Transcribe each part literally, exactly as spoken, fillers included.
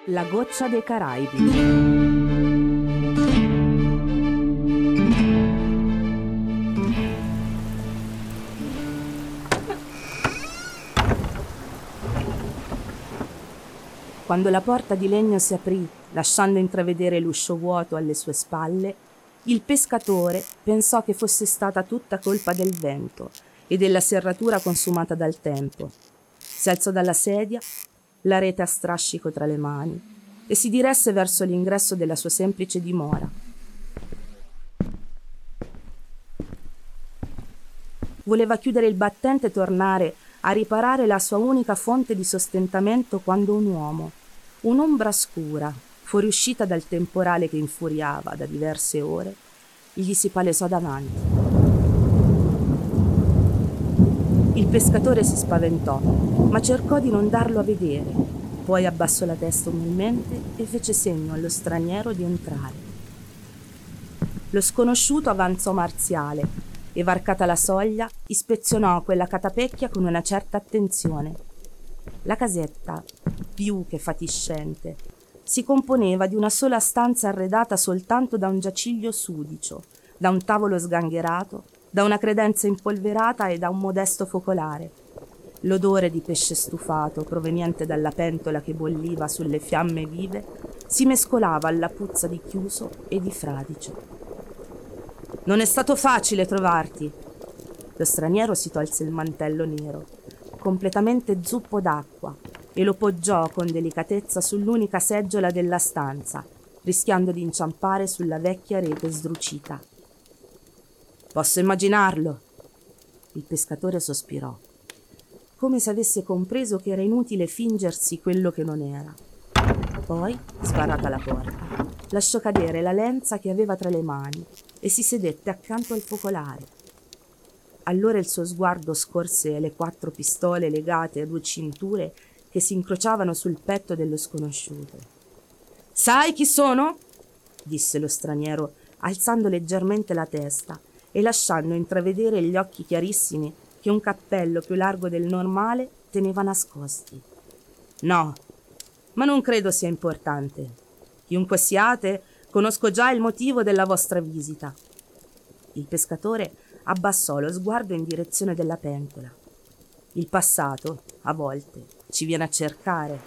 La goccia dei Caraibi. Quando la porta di legno si aprì, lasciando intravedere l'uscio vuoto alle sue spalle, il pescatore pensò che fosse stata tutta colpa del vento e della serratura consumata dal tempo. Si alzò dalla sedia, la rete a strascico tra le mani, e si diresse verso l'ingresso della sua semplice dimora. Voleva chiudere il battente e tornare a riparare la sua unica fonte di sostentamento quando un uomo, un'ombra scura, fuoriuscita dal temporale che infuriava da diverse ore, gli si palesò davanti. Il pescatore si spaventò, ma cercò di non darlo a vedere, poi abbassò la testa umilmente e fece segno allo straniero di entrare. Lo sconosciuto avanzò marziale e, varcata la soglia, ispezionò quella catapecchia con una certa attenzione. La casetta, più che fatiscente, si componeva di una sola stanza arredata soltanto da un giaciglio sudicio, da un tavolo sgangherato, da una credenza impolverata e da un modesto focolare. L'odore di pesce stufato, proveniente dalla pentola che bolliva sulle fiamme vive, si mescolava alla puzza di chiuso e di fradicio. «Non è stato facile trovarti!» Lo straniero si tolse il mantello nero, completamente zuppo d'acqua, e lo poggiò con delicatezza sull'unica seggiola della stanza, rischiando di inciampare sulla vecchia rete sdrucita. «Posso immaginarlo!» Il pescatore sospirò, come se avesse compreso che era inutile fingersi quello che non era. Poi, sbarrata la porta, lasciò cadere la lenza che aveva tra le mani e si sedette accanto al focolare. Allora il suo sguardo scorse le quattro pistole legate a due cinture che si incrociavano sul petto dello sconosciuto. «Sai chi sono?» disse lo straniero, alzando leggermente la testa e lasciando intravedere gli occhi chiarissimi che un cappello più largo del normale teneva nascosti. «No, ma non credo sia importante. Chiunque siate, conosco già il motivo della vostra visita». Il pescatore abbassò lo sguardo in direzione della pentola. «Il passato, a volte, ci viene a cercare».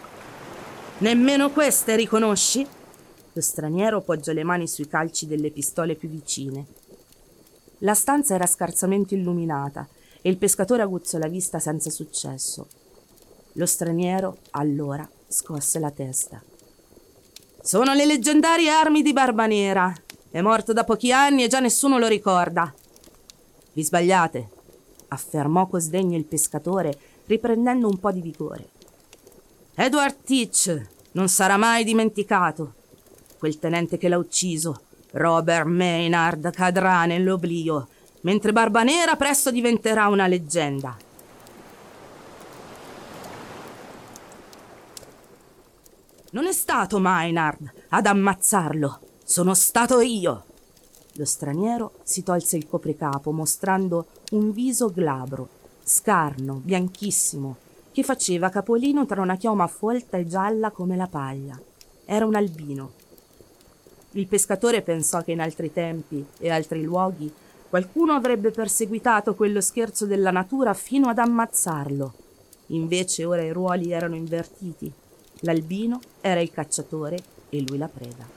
«Nemmeno queste riconosci?» Lo straniero poggiò le mani sui calci delle pistole più vicine. La stanza era scarsamente illuminata e il pescatore aguzzò la vista senza successo. Lo straniero, allora, scosse la testa. «Sono le leggendarie armi di Barbanera. È morto da pochi anni e già nessuno lo ricorda». «Vi sbagliate», affermò con sdegno il pescatore, riprendendo un po' di vigore. «Edward Teach non sarà mai dimenticato. Quel tenente che l'ha ucciso, Robert Maynard, cadrà nell'oblio, mentre Barbanera presto diventerà una leggenda». «Non è stato Maynard ad ammazzarlo, sono stato io». Lo straniero si tolse il copricapo mostrando un viso glabro, scarno, bianchissimo, che faceva capolino tra una chioma folta e gialla come la paglia. Era un albino. Il pescatore pensò che in altri tempi e altri luoghi qualcuno avrebbe perseguitato quello scherzo della natura fino ad ammazzarlo. Invece ora i ruoli erano invertiti. L'albino era il cacciatore e lui la preda.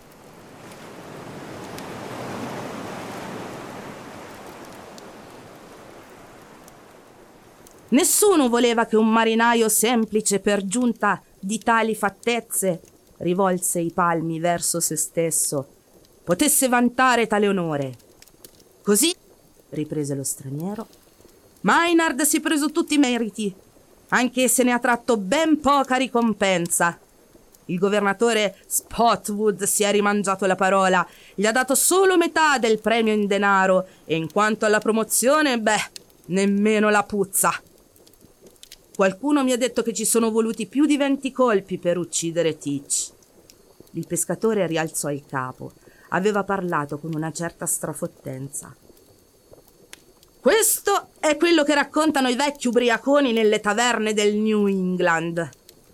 «Nessuno voleva che un marinaio semplice per giunta di tali fattezze», rivolse i palmi verso se stesso, «potesse vantare tale onore». «Così», riprese lo straniero, «Maynard si è preso tutti i meriti, anche se ne ha tratto ben poca ricompensa. Il governatore Spotwood si è rimangiato la parola, gli ha dato solo metà del premio in denaro e in quanto alla promozione, beh, nemmeno la puzza. Qualcuno mi ha detto che ci sono voluti più di venti colpi per uccidere Teach». Il pescatore rialzò il capo. Aveva parlato con una certa strafottenza. «Questo è quello che raccontano i vecchi ubriaconi nelle taverne del New England».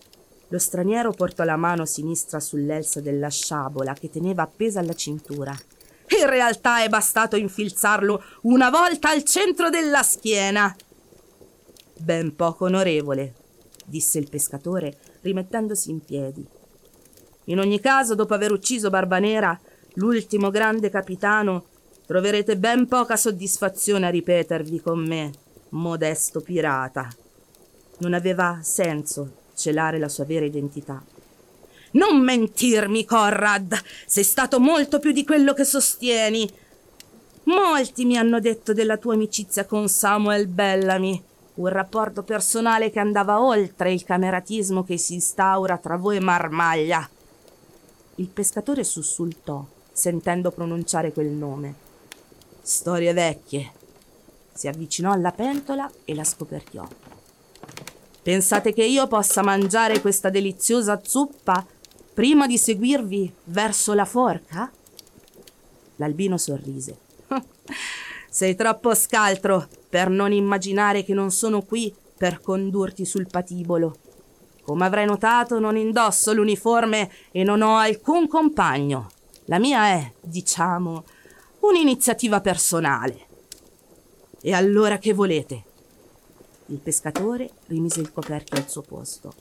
Lo straniero portò la mano sinistra sull'elsa della sciabola che teneva appesa alla cintura. In realtà è bastato infilzarlo una volta al centro della schiena. Ben poco onorevole, disse il pescatore, rimettendosi in piedi. In ogni caso, dopo aver ucciso Barbanera, l'ultimo grande capitano, troverete ben poca soddisfazione a ripetervi con me, modesto pirata. Non aveva senso celare la sua vera identità. Non mentirmi, Conrad, sei stato molto più di quello che sostieni. Molti mi hanno detto della tua amicizia con Samuel Bellamy, un rapporto personale che andava oltre il cameratismo che si instaura tra voi e Marmaglia. Il pescatore sussultò, sentendo pronunciare quel nome. Storie vecchie. Si avvicinò alla pentola e la scoperchiò. Pensate che io possa mangiare questa deliziosa zuppa prima di seguirvi verso la forca? L'albino sorrise. Sei troppo scaltro per non immaginare che non sono qui per condurti sul patibolo. Come avrai notato, non indosso l'uniforme e non ho alcun compagno. La mia è, diciamo, un'iniziativa personale. E allora che volete? Il pescatore rimise il coperchio al suo posto.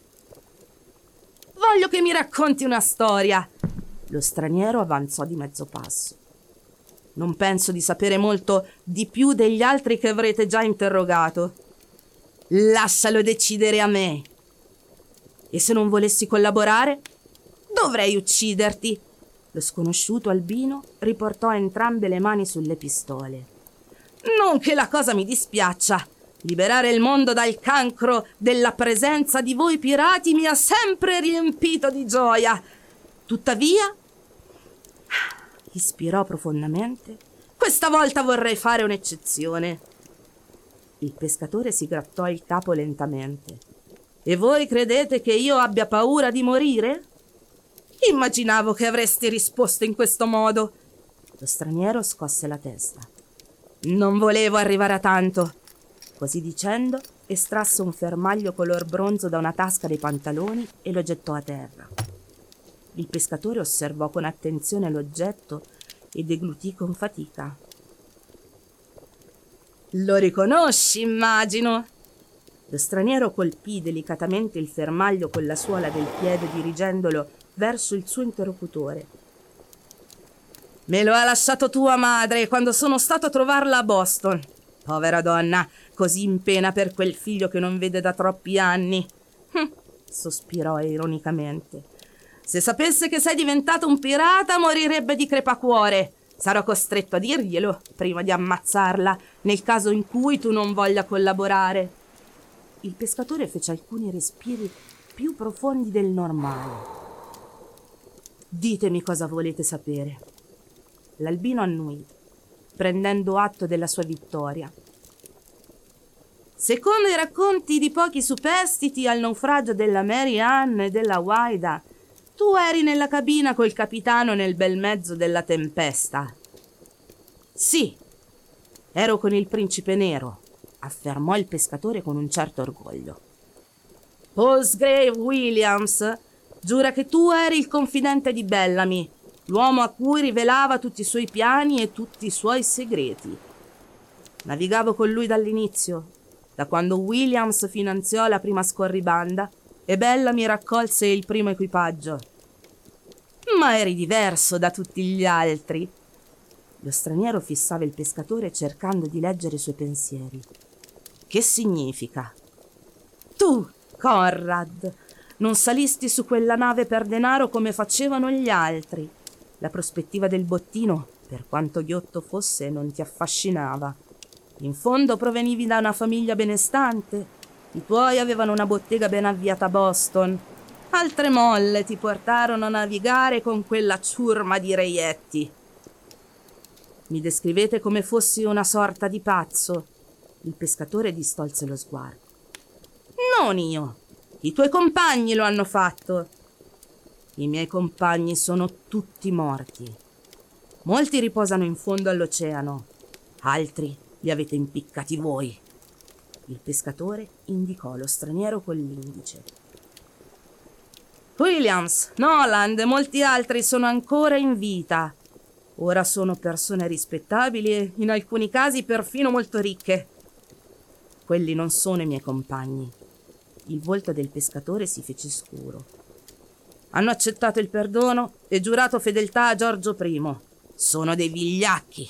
Voglio che mi racconti una storia. Lo straniero avanzò di mezzo passo. Non penso di sapere molto di più degli altri che avrete già interrogato. Lascialo decidere a me. E se non volessi collaborare? Dovrei ucciderti. Lo sconosciuto albino riportò entrambe le mani sulle pistole. Non che la cosa mi dispiaccia. Liberare il mondo dal cancro della presenza di voi pirati mi ha sempre riempito di gioia. Tuttavia, ispirò profondamente, questa volta vorrei fare un'eccezione. Il pescatore si grattò il capo lentamente. E voi credete che io abbia paura di morire? Immaginavo che avresti risposto in questo modo. Lo straniero scosse la testa. Non volevo arrivare a tanto. Così dicendo, estrasse un fermaglio color bronzo da una tasca dei pantaloni e lo gettò a terra. Il pescatore osservò con attenzione l'oggetto e deglutì con fatica. Lo riconosci, immagino? Lo straniero colpì delicatamente il fermaglio con la suola del piede dirigendolo verso il suo interlocutore. Me lo ha lasciato tua madre quando sono stato a trovarla a Boston. Povera donna, così in pena per quel figlio che non vede da troppi anni. Hm, sospirò ironicamente. Se sapesse che sei diventato un pirata, morirebbe di crepacuore. Sarò costretto a dirglielo prima di ammazzarla, nel caso in cui tu non voglia collaborare. Il pescatore fece alcuni respiri più profondi del normale. Ditemi cosa volete sapere. L'albino annuì, prendendo atto della sua vittoria. Secondo i racconti di pochi superstiti al naufragio della Mary Ann e della Whydah, tu eri nella cabina col capitano nel bel mezzo della tempesta. Sì, ero con il principe nero, affermò il pescatore con un certo orgoglio. Palsgrave Williams giura che tu eri il confidente di Bellamy, l'uomo a cui rivelava tutti i suoi piani e tutti i suoi segreti. Navigavo con lui dall'inizio, da quando Williams finanziò la prima scorribanda e Bellamy raccolse il primo equipaggio. Ma eri diverso da tutti gli altri. Lo straniero fissava il pescatore cercando di leggere i suoi pensieri. Che significa? Tu, Conrad, non salisti su quella nave per denaro come facevano gli altri. La prospettiva del bottino, per quanto ghiotto fosse, non ti affascinava. In fondo provenivi da una famiglia benestante. I tuoi avevano una bottega ben avviata a Boston. Altre molle ti portarono a navigare con quella ciurma di reietti. Mi descrivete come fossi una sorta di pazzo. Il pescatore distolse lo sguardo. Non io. I tuoi compagni lo hanno fatto. I miei compagni sono tutti morti. Molti riposano in fondo all'oceano. Altri li avete impiccati voi. Il pescatore indicò lo straniero con l'indice. Williams, Noland e molti altri sono ancora in vita. Ora sono persone rispettabili e, in alcuni casi, perfino molto ricche. Quelli non sono i miei compagni. Il volto del pescatore si fece scuro. Hanno accettato il perdono e giurato fedeltà a Giorgio primo. Sono dei vigliacchi.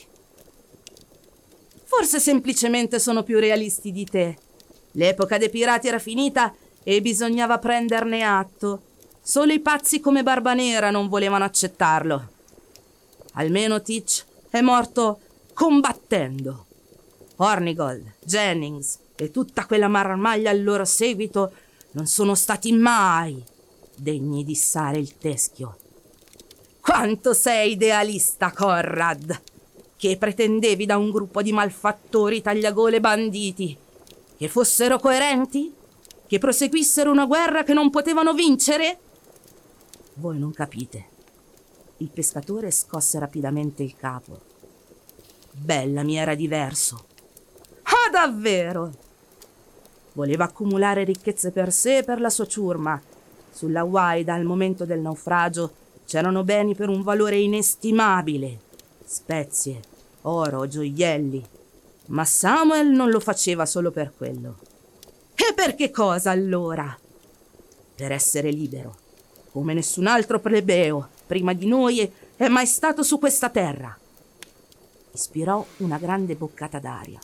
Forse semplicemente sono più realisti di te. L'epoca dei pirati era finita e bisognava prenderne atto. Solo i pazzi come Barbanera non volevano accettarlo. Almeno Teach è morto combattendo. Hornigold, Jennings e tutta quella marmaglia al loro seguito non sono stati mai degni di issare il teschio. Quanto sei idealista, Conrad, che pretendevi da un gruppo di malfattori, tagliagole e banditi che fossero coerenti? Che proseguissero una guerra che non potevano vincere? Voi non capite. Il pescatore scosse rapidamente il capo. Bellamy era diverso. Ah, davvero? Voleva accumulare ricchezze per sé e per la sua ciurma. Sulla Whydah, al momento del naufragio, c'erano beni per un valore inestimabile. Spezie, oro, gioielli. Ma Samuel non lo faceva solo per quello. E per che cosa, allora? Per essere libero, come nessun altro plebeo prima di noi è mai stato su questa terra. Ispirò una grande boccata d'aria.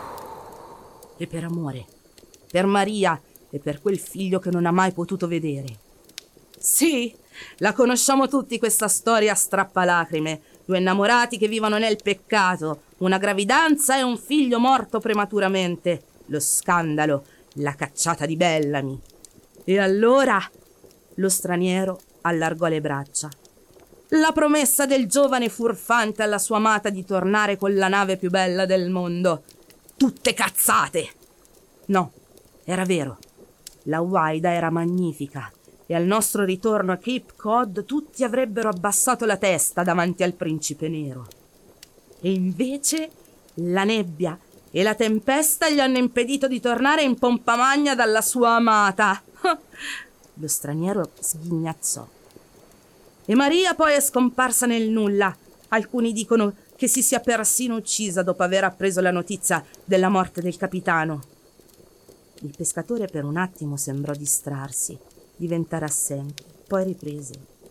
E per amore, per Maria e per quel figlio che non ha mai potuto vedere. Sì, la conosciamo tutti questa storia strappalacrime. Due innamorati che vivono nel peccato, una gravidanza e un figlio morto prematuramente. Lo scandalo, la cacciata di Bellamy. E allora lo straniero allargò le braccia. La promessa del giovane furfante alla sua amata di tornare con la nave più bella del mondo. Tutte cazzate! No, era vero. La Whydah era magnifica e al nostro ritorno a Cape Cod tutti avrebbero abbassato la testa davanti al principe nero. E invece la nebbia e la tempesta gli hanno impedito di tornare in pompa magna dalla sua amata. Lo straniero sghignazzò. E Maria poi è scomparsa nel nulla. Alcuni dicono che si sia persino uccisa dopo aver appreso la notizia della morte del capitano. Il pescatore per un attimo sembrò distrarsi, diventare assente, poi riprese.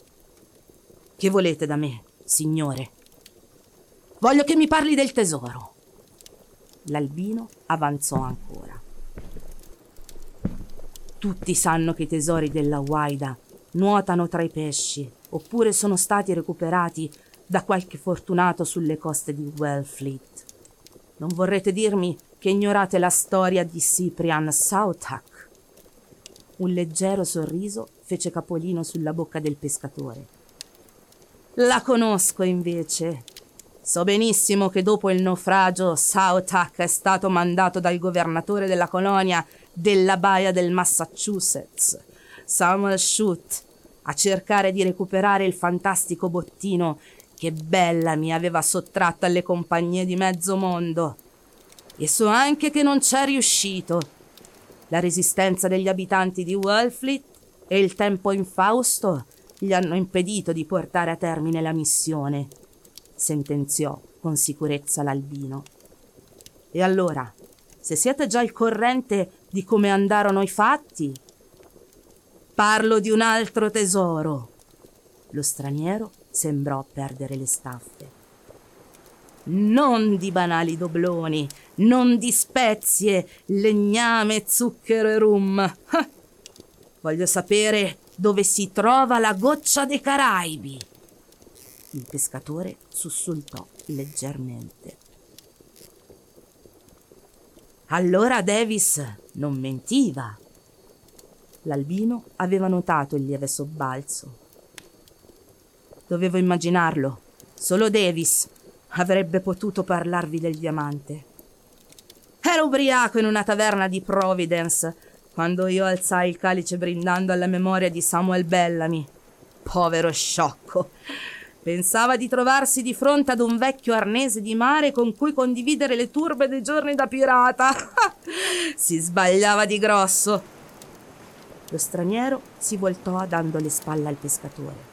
Che volete da me, signore? Voglio che mi parli del tesoro. L'albino avanzò ancora. Tutti sanno che i tesori della Whydah nuotano tra i pesci, oppure sono stati recuperati da qualche fortunato sulle coste di Wellfleet. Non vorrete dirmi che ignorate la storia di Cyprian Southak? Un leggero sorriso fece capolino sulla bocca del pescatore. La conosco invece. So benissimo che dopo il naufragio Southak è stato mandato dal governatore della colonia della baia del Massachusetts, Samuel Shute, a cercare di recuperare il fantastico bottino che Bellamy aveva sottratto alle compagnie di mezzo mondo. E so anche che non c'è riuscito. La resistenza degli abitanti di Wellfleet e il tempo infausto gli hanno impedito di portare a termine la missione, sentenziò con sicurezza l'albino. E allora, se siete già al corrente di come andarono i fatti, parlo di un altro tesoro. Lo straniero sembrò perdere le staffe. Non di banali dobloni, non di spezie, legname, zucchero e rum. Voglio sapere dove si trova la goccia dei Caraibi. Il pescatore sussultò leggermente. Allora Davis non mentiva. L'albino aveva notato il lieve sobbalzo. Dovevo immaginarlo. Solo Davis avrebbe potuto parlarvi del diamante. Ero ubriaco in una taverna di Providence quando io alzai il calice brindando alla memoria di Samuel Bellamy. Povero sciocco. Pensava di trovarsi di fronte ad un vecchio arnese di mare con cui condividere le turbe dei giorni da pirata. Si sbagliava di grosso. Lo straniero si voltò dando le spalle al pescatore.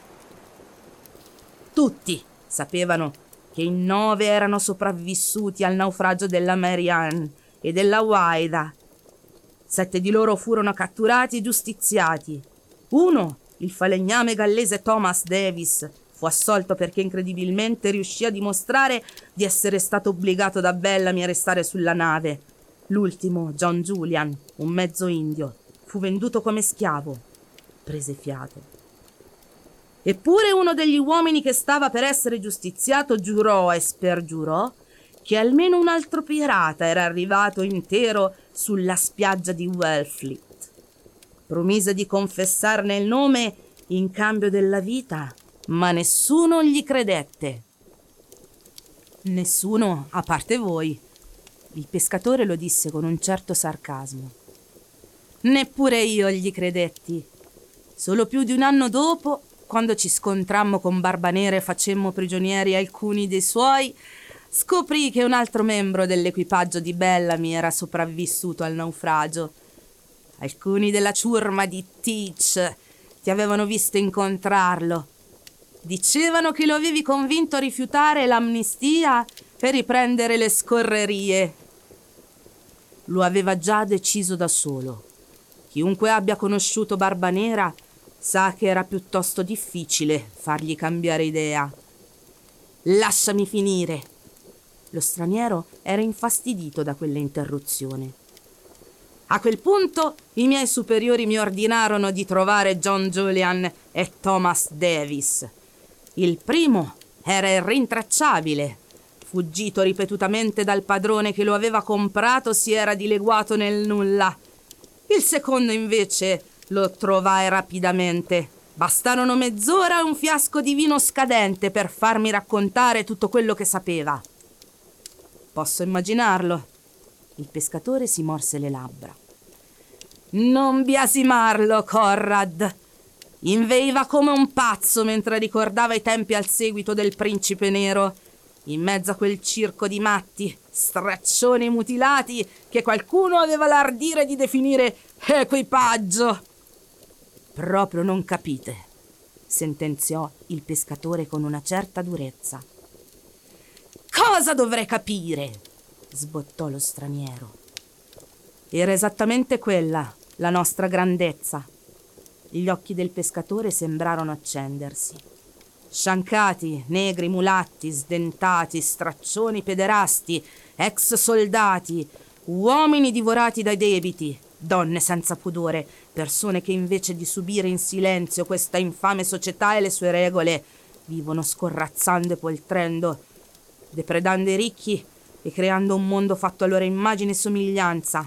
Tutti sapevano che in nove erano sopravvissuti al naufragio della Mary Ann e della Whydah. Sette di loro furono catturati e giustiziati. Uno, il falegname gallese Thomas Davis, fu assolto perché incredibilmente riuscì a dimostrare di essere stato obbligato da Bellamy a restare sulla nave. L'ultimo, John Julian, un mezzo indio, fu venduto come schiavo. Prese fiato. Eppure uno degli uomini che stava per essere giustiziato giurò e spergiurò che almeno un altro pirata era arrivato intero sulla spiaggia di Wellfleet. Promise di confessarne il nome in cambio della vita, ma nessuno gli credette. Nessuno, a parte voi. Il pescatore lo disse con un certo sarcasmo. Neppure io gli credetti. Solo più di un anno dopo, quando ci scontrammo con Barbanera e facemmo prigionieri alcuni dei suoi, scoprì che un altro membro dell'equipaggio di Bellamy era sopravvissuto al naufragio. Alcuni della ciurma di Teach ti avevano visto incontrarlo. Dicevano che lo avevi convinto a rifiutare l'amnistia per riprendere le scorrerie. Lo aveva già deciso da solo. Chiunque abbia conosciuto Barbanera sa che era piuttosto difficile fargli cambiare idea. Lasciami finire. Lo straniero era infastidito da quella interruzione. A quel punto i miei superiori mi ordinarono di trovare John Julian e Thomas Davis. Il primo era irrintracciabile. Fuggito ripetutamente dal padrone che lo aveva comprato, si era dileguato nel nulla. Il secondo invece lo trovai rapidamente. Bastarono mezz'ora e un fiasco di vino scadente per farmi raccontare tutto quello che sapeva. Posso immaginarlo. Il pescatore si morse le labbra. Non biasimarlo, Conrad. Inveiva come un pazzo mentre ricordava i tempi al seguito del principe nero, in mezzo a quel circo di matti, straccioni mutilati che qualcuno aveva l'ardire di definire equipaggio. Proprio non capite, sentenziò il pescatore con una certa durezza. Cosa dovrei capire? Sbottò lo straniero. Era esattamente quella la nostra grandezza. Gli occhi del pescatore sembrarono accendersi. Sciancati, negri, mulatti, sdentati, straccioni pederasti, ex soldati, uomini divorati dai debiti, donne senza pudore, persone che invece di subire in silenzio questa infame società e le sue regole, vivono scorrazzando e poltrendo, depredando i ricchi e creando un mondo fatto a loro immagine e somiglianza.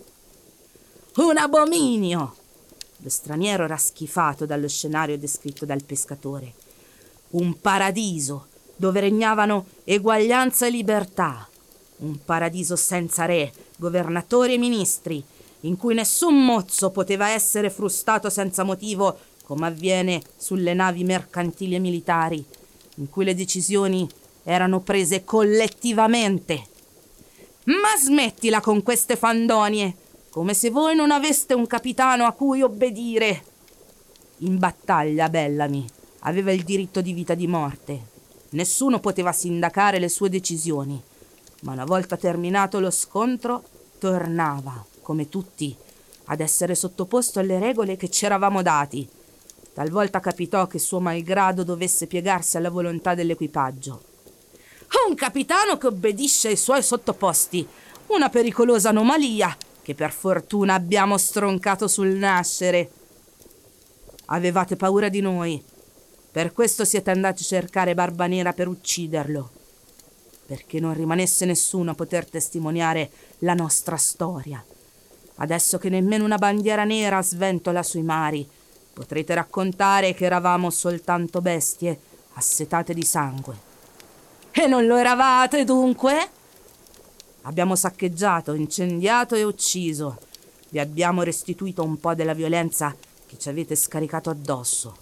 Un abominio! Lo straniero era schifato dallo scenario descritto dal pescatore. Un paradiso dove regnavano eguaglianza e libertà. Un paradiso senza re, governatori e ministri, in cui nessun mozzo poteva essere frustato senza motivo, come avviene sulle navi mercantili e militari, in cui le decisioni erano prese collettivamente. Ma smettila con queste fandonie, come se voi non aveste un capitano a cui obbedire. In battaglia Bellamy aveva il diritto di vita e di morte. Nessuno poteva sindacare le sue decisioni, ma una volta terminato lo scontro tornava, come tutti, ad essere sottoposto alle regole che ci eravamo dati. Talvolta capitò che suo malgrado dovesse piegarsi alla volontà dell'equipaggio. Un capitano che obbedisce ai suoi sottoposti, una pericolosa anomalia che per fortuna abbiamo stroncato sul nascere. Avevate paura di noi, per questo siete andati a cercare Barbanera per ucciderlo, perché non rimanesse nessuno a poter testimoniare la nostra storia. Adesso che nemmeno una bandiera nera sventola sui mari, potrete raccontare che eravamo soltanto bestie assetate di sangue. E non lo eravate, dunque? Abbiamo saccheggiato, incendiato e ucciso. Vi abbiamo restituito un po' della violenza che ci avete scaricato addosso.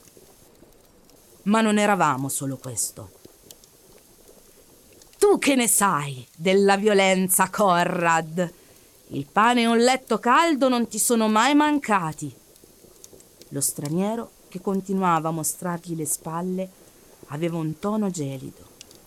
Ma non eravamo solo questo. Tu che ne sai della violenza, Conrad? Il pane e un letto caldo non ti sono mai mancati. Lo straniero, che continuava a mostrargli le spalle, aveva un tono gelido.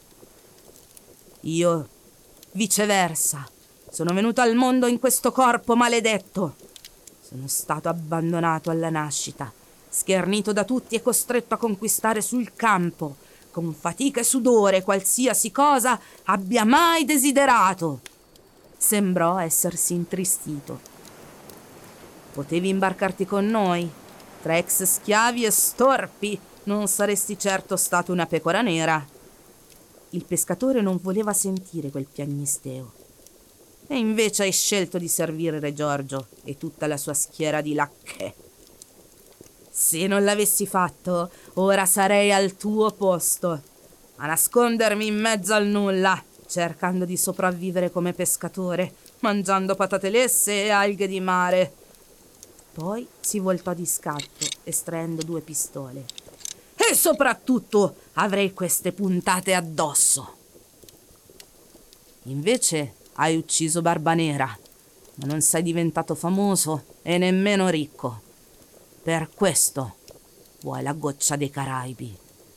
Io, viceversa, sono venuto al mondo in questo corpo maledetto. Sono stato abbandonato alla nascita, schernito da tutti e costretto a conquistare sul campo, con fatica e sudore, qualsiasi cosa abbia mai desiderato. Sembrò essersi intristito. Potevi imbarcarti con noi? Tra ex schiavi e storpi non saresti certo stato una pecora nera. Il pescatore non voleva sentire quel piagnisteo. E invece hai scelto di servire Re Giorgio e tutta la sua schiera di lacche. Se non l'avessi fatto, ora sarei al tuo posto, a nascondermi in mezzo al nulla, cercando di sopravvivere come pescatore, mangiando patate lesse e alghe di mare. Poi si voltò di scatto, estraendo due pistole. E soprattutto avrei queste puntate addosso. Invece hai ucciso Barbanera, ma non sei diventato famoso e nemmeno ricco. Per questo vuoi la goccia dei Caraibi.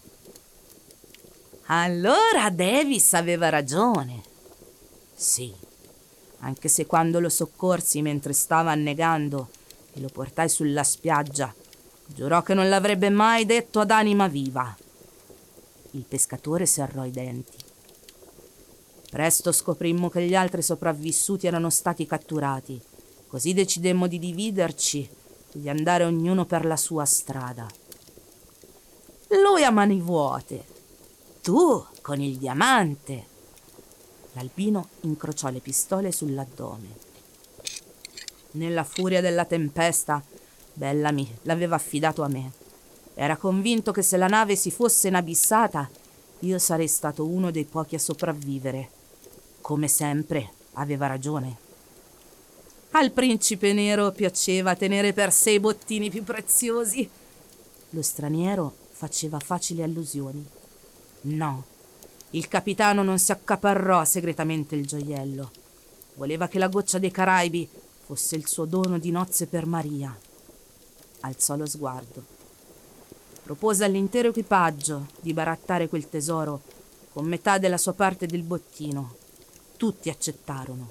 Allora Davis aveva ragione. Sì, anche se quando lo soccorsi mentre stava annegando e lo portai sulla spiaggia, giurò che non l'avrebbe mai detto ad anima viva. Il pescatore serrò i denti. Presto scoprimmo che gli altri sopravvissuti erano stati catturati, così decidemmo di dividerci e di andare ognuno per la sua strada. Lui a mani vuote, tu con il diamante. L'albino incrociò le pistole sull'addome. Nella furia della tempesta, Bellamy l'aveva affidato a me. Era convinto che se la nave si fosse inabissata, io sarei stato uno dei pochi a sopravvivere. Come sempre, aveva ragione. Al principe nero piaceva tenere per sé i bottini più preziosi. Lo straniero faceva facili allusioni. No, il capitano non si accaparrò segretamente il gioiello. Voleva che la goccia dei Caraibi fosse il suo dono di nozze per Maria. Alzò lo sguardo. Propose all'intero equipaggio di barattare quel tesoro con metà della sua parte del bottino. Tutti accettarono.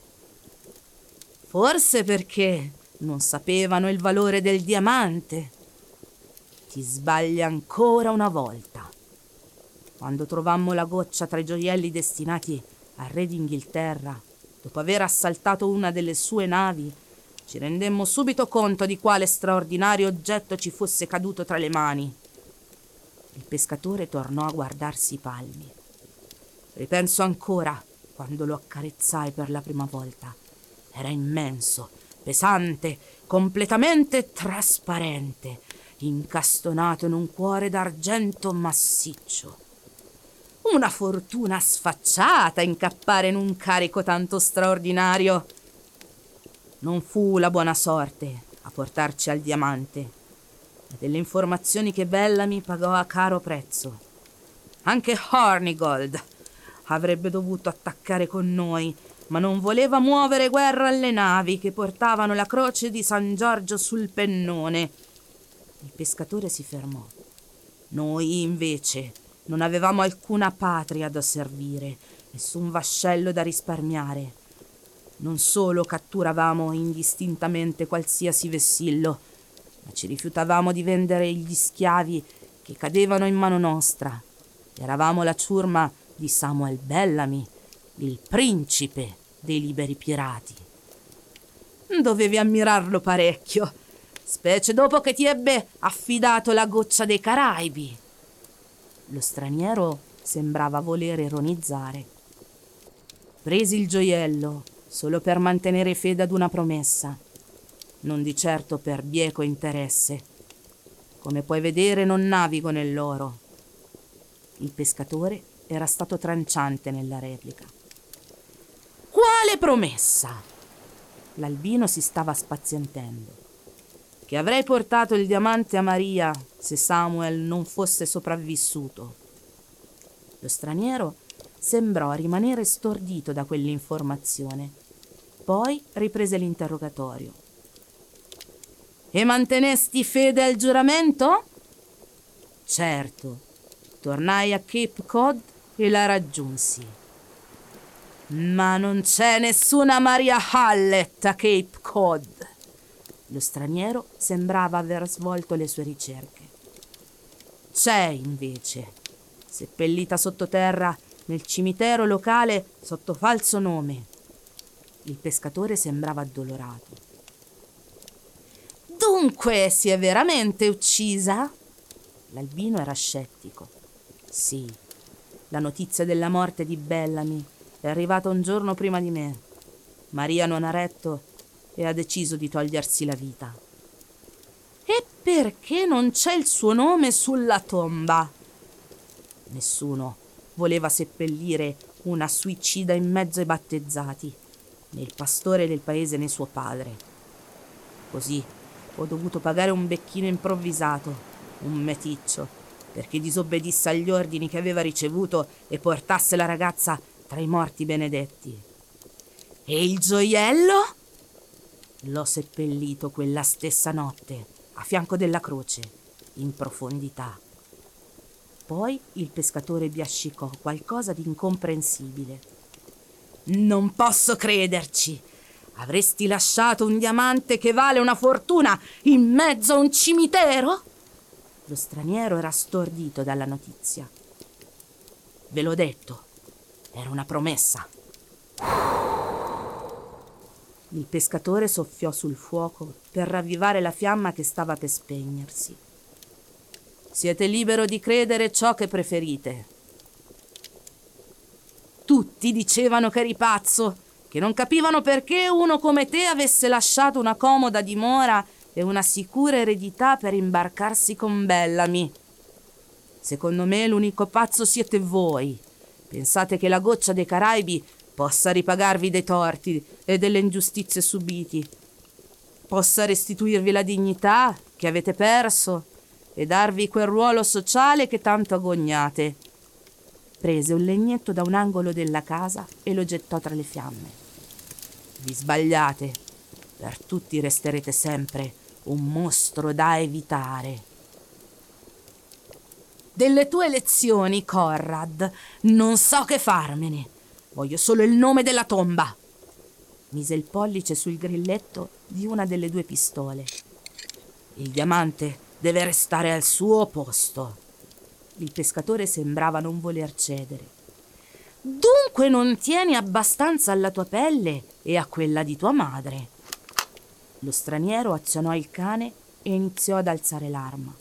Forse perché non sapevano il valore del diamante. Ti sbagli ancora una volta. Quando trovammo la goccia tra i gioielli destinati al re d'Inghilterra, dopo aver assaltato una delle sue navi, ci rendemmo subito conto di quale straordinario oggetto ci fosse caduto tra le mani. Il pescatore tornò a guardarsi i palmi. Ripenso ancora quando lo accarezzai per la prima volta. Era immenso, pesante, completamente trasparente, incastonato in un cuore d'argento massiccio. Una fortuna sfacciata incappare in un carico tanto straordinario. Non fu la buona sorte a portarci al diamante, ma delle informazioni che Bellamy pagò a caro prezzo. Anche Hornigold avrebbe dovuto attaccare con noi, ma non voleva muovere guerra alle navi che portavano la croce di San Giorgio sul pennone. Il pescatore si fermò. Noi, invece, non avevamo alcuna patria da servire, nessun vascello da risparmiare. Non solo catturavamo indistintamente qualsiasi vessillo, ma ci rifiutavamo di vendere gli schiavi che cadevano in mano nostra. Eravamo la ciurma di Samuel Bellamy, il principe dei liberi pirati. Dovevi ammirarlo parecchio, specie dopo che ti ebbe affidato la goccia dei Caraibi. Lo straniero sembrava voler ironizzare. Presi il gioiello solo per mantenere fede ad una promessa, non di certo per bieco interesse. Come puoi vedere, non navigo nell'oro. Il pescatore era stato tranciante nella replica. Quale promessa? L'albino si stava spazientendo. Che avrei portato il diamante a Maria se Samuel non fosse sopravvissuto. Lo straniero sembrò rimanere stordito da quell'informazione. Poi riprese l'interrogatorio. E mantenesti fede al giuramento? Certo, tornai a Cape Cod e la raggiunsi. Ma non c'è nessuna Maria Hallett a Cape Cod. Lo straniero sembrava aver svolto le sue ricerche. C'è, invece, seppellita sottoterra nel cimitero locale sotto falso nome. Il pescatore sembrava addolorato. Dunque si è veramente uccisa? L'albino era scettico. Sì, la notizia della morte di Bellamy è arrivata un giorno prima di me. Maria non ha retto e ha deciso di togliersi la vita. E perché non c'è il suo nome sulla tomba? Nessuno voleva seppellire una suicida in mezzo ai battezzati, né il pastore del paese né suo padre. Così ho dovuto pagare un becchino improvvisato, un meticcio, perché disobbedisse agli ordini che aveva ricevuto e portasse la ragazza tra i morti benedetti. E il gioiello? L'ho seppellito quella stessa notte, a fianco della croce, in profondità. Poi il pescatore biascicò qualcosa di incomprensibile. Non posso crederci! Avresti lasciato un diamante che vale una fortuna in mezzo a un cimitero? Lo straniero era stordito dalla notizia. Ve l'ho detto, era una promessa. Il pescatore soffiò sul fuoco per ravvivare la fiamma che stava per spegnersi. Siete libero di credere ciò che preferite. Tutti dicevano che eri pazzo, che non capivano perché uno come te avesse lasciato una comoda dimora e una sicura eredità per imbarcarsi con Bellamy. Secondo me l'unico pazzo siete voi. Pensate che la goccia dei Caraibi possa ripagarvi dei torti e delle ingiustizie subiti, possa restituirvi la dignità che avete perso e darvi quel ruolo sociale che tanto agognate. Prese un legnetto da un angolo della casa e lo gettò tra le fiamme. Vi sbagliate. Per tutti resterete sempre un mostro da evitare. Delle tue lezioni, Conrad, non so che farmene. Voglio solo il nome della tomba. Mise il pollice sul grilletto di una delle due pistole. Il diamante deve restare al suo posto. Il pescatore sembrava non voler cedere. Dunque non tieni abbastanza alla tua pelle e a quella di tua madre. Lo straniero azionò il cane e iniziò ad alzare l'arma.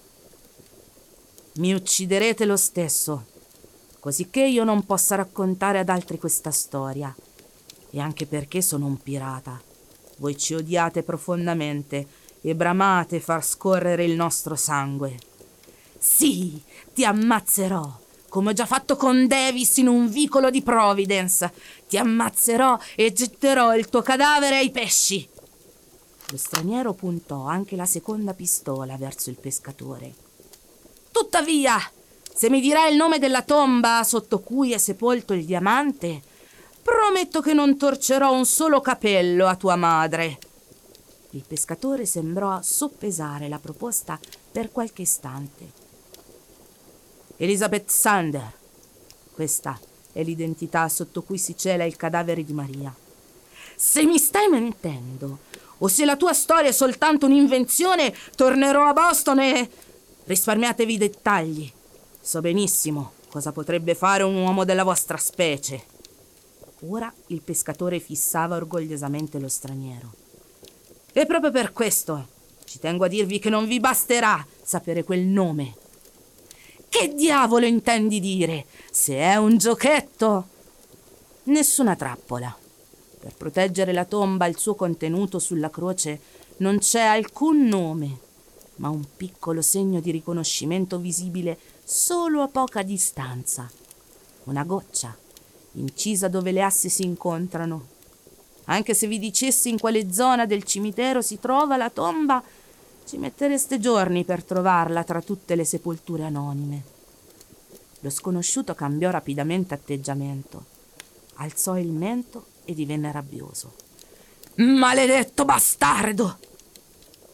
Mi ucciderete lo stesso, cosicché io non possa raccontare ad altri questa storia. E anche perché sono un pirata. Voi ci odiate profondamente e bramate far scorrere il nostro sangue. Sì, ti ammazzerò, come ho già fatto con Davis in un vicolo di Providence. Ti ammazzerò e getterò il tuo cadavere ai pesci. Lo straniero puntò anche la seconda pistola verso il pescatore. Tuttavia, se mi dirai il nome della tomba sotto cui è sepolto il diamante, prometto che non torcerò un solo capello a tua madre. Il pescatore sembrò soppesare la proposta per qualche istante. Elizabeth Sander. Questa è l'identità sotto cui si cela il cadavere di Maria. Se mi stai mentendo, o se la tua storia è soltanto un'invenzione, tornerò a Boston e... Risparmiatevi i dettagli. So benissimo cosa potrebbe fare un uomo della vostra specie. Ora il pescatore fissava orgogliosamente lo straniero. E proprio per questo ci tengo a dirvi che non vi basterà sapere quel nome. Che diavolo intendi dire? Se è un giochetto? Nessuna trappola. Per proteggere la tomba e il suo contenuto sulla croce non c'è alcun nome, ma un piccolo segno di riconoscimento visibile solo a poca distanza. Una goccia, incisa dove le assi si incontrano. Anche se vi dicessi in quale zona del cimitero si trova la tomba, ci mettereste giorni per trovarla tra tutte le sepolture anonime. Lo sconosciuto cambiò rapidamente atteggiamento, alzò il mento e divenne rabbioso. Maledetto bastardo!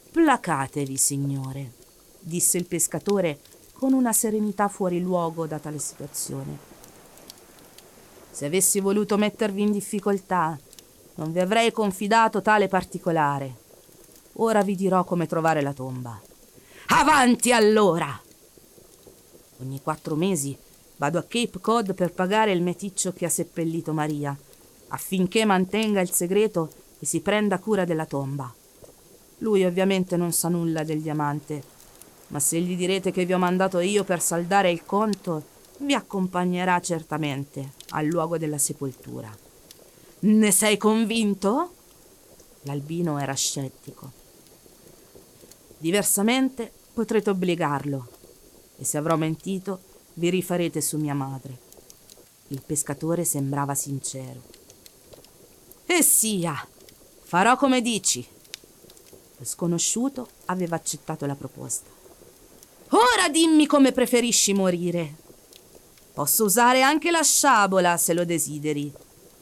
Placatevi, signore, disse il pescatore con una serenità fuori luogo data la situazione. Se avessi voluto mettervi in difficoltà, non vi avrei confidato tale particolare. Ora vi dirò come trovare la tomba. Avanti allora! Ogni quattro mesi vado a Cape Cod per pagare il meticcio che ha seppellito Maria, affinché mantenga il segreto e si prenda cura della tomba. Lui ovviamente non sa nulla del diamante, ma se gli direte che vi ho mandato io per saldare il conto, vi accompagnerà certamente al luogo della sepoltura. Ne sei convinto? L'albino era scettico. Diversamente potrete obbligarlo, e se avrò mentito vi rifarete su mia madre. Il pescatore sembrava sincero. E sia, farò come dici. Lo sconosciuto aveva accettato la proposta. Ora dimmi come preferisci morire. Posso usare anche la sciabola se lo desideri.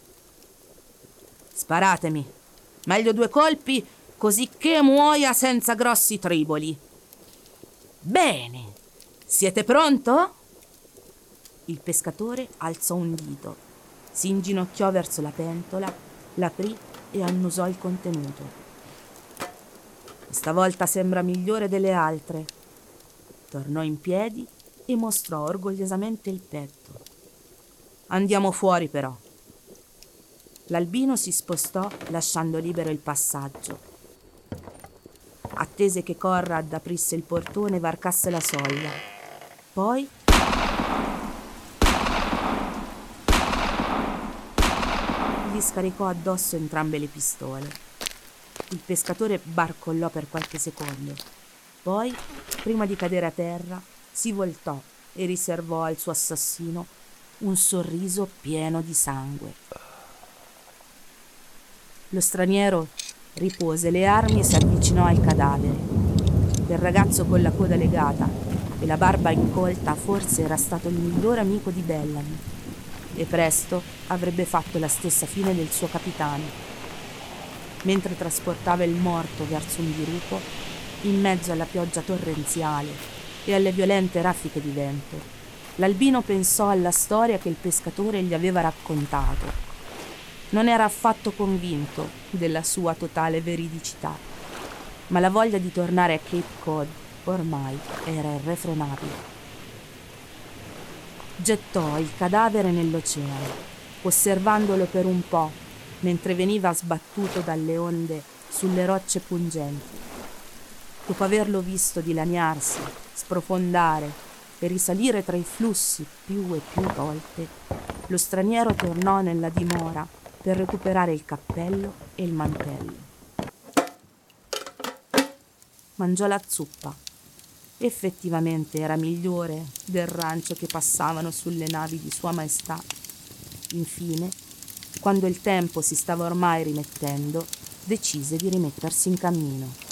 Sparatemi, meglio due colpi, così che muoia senza grossi triboli. Bene, siete pronto? Il pescatore alzò un dito, si inginocchiò verso la pentola, l'aprì e annusò il contenuto. Stavolta sembra migliore delle altre. Tornò in piedi e mostrò orgogliosamente il petto. Andiamo fuori però. L'albino si spostò lasciando libero il passaggio. Attese che Conrad aprisse il portone e varcasse la soglia. Poi gli scaricò addosso entrambe le pistole. Il pescatore barcollò per qualche secondo. Poi, prima di cadere a terra, si voltò e riservò al suo assassino un sorriso pieno di sangue. Lo straniero ripose le armi e si avvicinò al cadavere. Il ragazzo con la coda legata e la barba incolta forse era stato il migliore amico di Bellamy e presto avrebbe fatto la stessa fine del suo capitano. Mentre trasportava il morto verso un dirupo, in mezzo alla pioggia torrenziale e alle violente raffiche di vento, l'albino pensò alla storia che il pescatore gli aveva raccontato. Non era affatto convinto della sua totale veridicità, ma la voglia di tornare a Cape Cod ormai era irrefrenabile. Gettò il cadavere nell'oceano, osservandolo per un po' mentre veniva sbattuto dalle onde sulle rocce pungenti. Dopo averlo visto dilaniarsi, sprofondare e risalire tra i flussi più e più volte, lo straniero tornò nella dimora per recuperare il cappello e il mantello. Mangiò la zuppa. Effettivamente era migliore del rancio che passavano sulle navi di Sua Maestà. Infine, quando il tempo si stava ormai rimettendo, decise di rimettersi in cammino.